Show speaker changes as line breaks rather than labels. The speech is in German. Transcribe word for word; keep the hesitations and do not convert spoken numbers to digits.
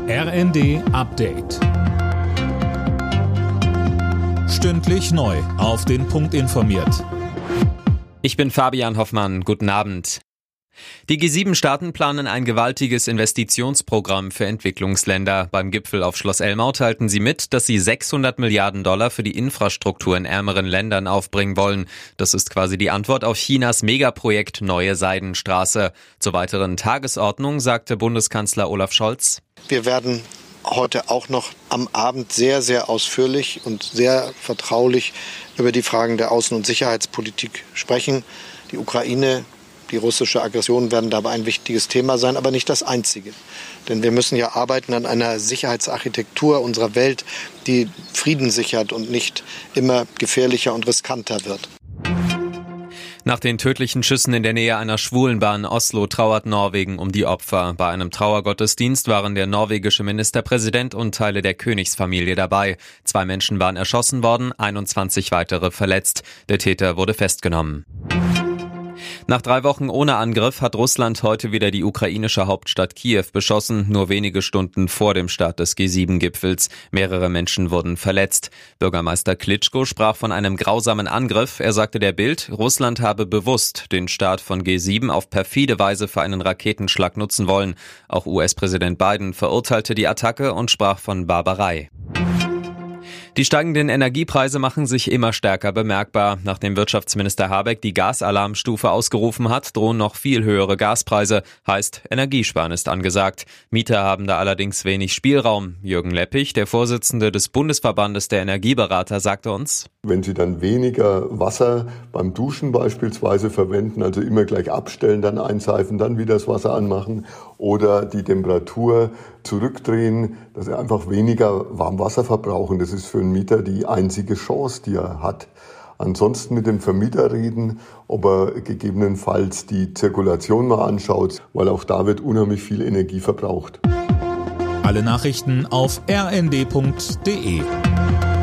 R N D Update. Stündlich neu auf den Punkt informiert.
Ich bin Fabian Hoffmann. Guten Abend. Die G sieben Staaten planen ein gewaltiges Investitionsprogramm für Entwicklungsländer. Beim Gipfel auf Schloss Elmau teilten sie mit, dass sie sechshundert Milliarden Dollar für die Infrastruktur in ärmeren Ländern aufbringen wollen. Das ist quasi die Antwort auf Chinas Megaprojekt Neue Seidenstraße. Zur weiteren Tagesordnung sagte Bundeskanzler Olaf Scholz:
Wir werden heute auch noch am Abend sehr, sehr ausführlich und sehr vertraulich über die Fragen der Außen- und Sicherheitspolitik sprechen. Die Ukraine, die russische Aggression werden dabei ein wichtiges Thema sein, aber nicht das einzige. Denn wir müssen ja arbeiten an einer Sicherheitsarchitektur unserer Welt, die Frieden sichert und nicht immer gefährlicher und riskanter wird.
Nach den tödlichen Schüssen in der Nähe einer Schwulenbahn in Oslo trauert Norwegen um die Opfer. Bei einem Trauergottesdienst waren der norwegische Ministerpräsident und Teile der Königsfamilie dabei. Zwei Menschen waren erschossen worden, einundzwanzig weitere verletzt. Der Täter wurde festgenommen. Nach drei Wochen ohne Angriff hat Russland heute wieder die ukrainische Hauptstadt Kiew beschossen, nur wenige Stunden vor dem Start des G sieben Gipfels. Mehrere Menschen wurden verletzt. Bürgermeister Klitschko sprach von einem grausamen Angriff. Er sagte der Bild, Russland habe bewusst den Start von G sieben auf perfide Weise für einen Raketenschlag nutzen wollen. Auch U S-Präsident Biden verurteilte die Attacke und sprach von Barbarei. Die steigenden Energiepreise machen sich immer stärker bemerkbar. Nachdem Wirtschaftsminister Habeck die Gasalarmstufe ausgerufen hat, drohen noch viel höhere Gaspreise. Heißt, Energiesparen ist angesagt. Mieter haben da allerdings wenig Spielraum. Jürgen Leppich, der Vorsitzende des Bundesverbandes der Energieberater, sagte uns:
Wenn Sie dann weniger Wasser beim Duschen beispielsweise verwenden, also immer gleich abstellen, dann einseifen, dann wieder das Wasser anmachen oder die Temperatur zurückdrehen, dass Sie einfach weniger Warmwasser verbrauchen. Das ist für einen Mieter die einzige Chance, die er hat. Ansonsten mit dem Vermieter reden, ob er gegebenenfalls die Zirkulation mal anschaut, weil auch da wird unheimlich viel Energie verbraucht.
Alle Nachrichten auf r n d punkt d e.